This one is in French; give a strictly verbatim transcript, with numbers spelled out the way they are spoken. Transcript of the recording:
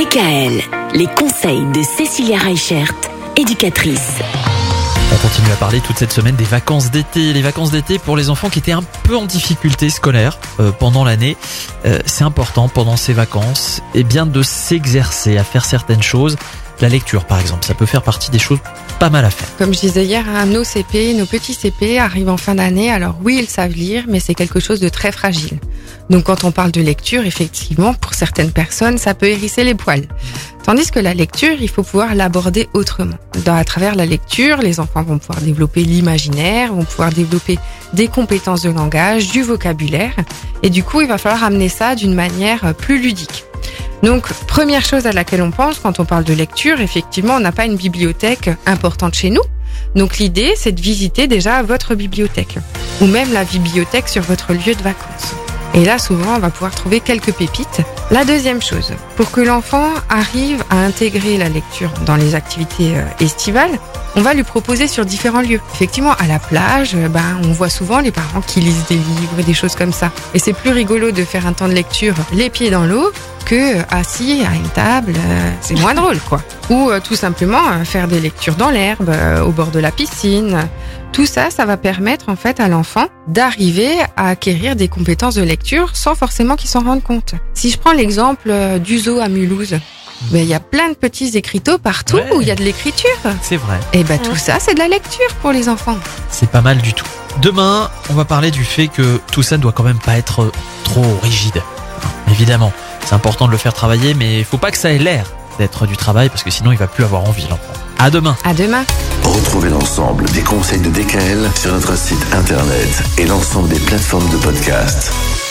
D K L, les conseils de Cécilia Reichert, éducatrice. On continue à parler toute cette semaine des vacances d'été. Les vacances d'été pour les enfants qui étaient un peu en difficulté scolaire euh, pendant l'année. Euh, c'est important pendant ces vacances eh bien, de s'exercer à faire certaines choses. La lecture par exemple, ça peut faire partie des choses pas mal à faire. Comme je disais hier, hein, nos C P, nos petits C P arrivent en fin d'année. Alors oui, ils savent lire, mais c'est quelque chose de très fragile. Donc quand on parle de lecture, effectivement, pour certaines personnes, ça peut hérisser les poils. Tandis que la lecture, il faut pouvoir l'aborder autrement. Dans, à travers la lecture, les enfants vont pouvoir développer l'imaginaire, vont pouvoir développer des compétences de langage, du vocabulaire. Et du coup, il va falloir amener ça d'une manière plus ludique. Donc, première chose à laquelle on pense quand on parle de lecture, effectivement, on n'a pas une bibliothèque importante chez nous. Donc, l'idée, c'est de visiter déjà votre bibliothèque ou même la bibliothèque sur votre lieu de vacances. Et là, souvent, on va pouvoir trouver quelques pépites. La deuxième chose, pour que l'enfant arrive à intégrer la lecture dans les activités estivales, on va lui proposer sur différents lieux. Effectivement, à la plage, ben, on voit souvent les parents qui lisent des livres, des choses comme ça. Et c'est plus rigolo de faire un temps de lecture les pieds dans l'eau que assis à une table. Euh, c'est moins drôle, quoi. Ou euh, tout simplement euh, faire des lectures dans l'herbe, euh, au bord de la piscine. Tout ça, ça va permettre en fait à l'enfant d'arriver à acquérir des compétences de lecture sans forcément qu'il s'en rende compte. Si je prends l'exemple euh, du zoo à Mulhouse, ben, il y a plein de petits écriteaux partout ouais. où il y a de l'écriture. C'est vrai. Et ben tout ça, c'est de la lecture pour les enfants. C'est pas mal du tout. Demain, on va parler du fait que tout ça ne doit quand même pas être trop rigide. Évidemment, c'est important de le faire travailler, mais il faut pas que ça ait l'air d'être du travail parce que sinon il va plus avoir envie l'enfant. À demain. À demain. Retrouvez l'ensemble des conseils de D K L sur notre site internet et l'ensemble des plateformes de podcast.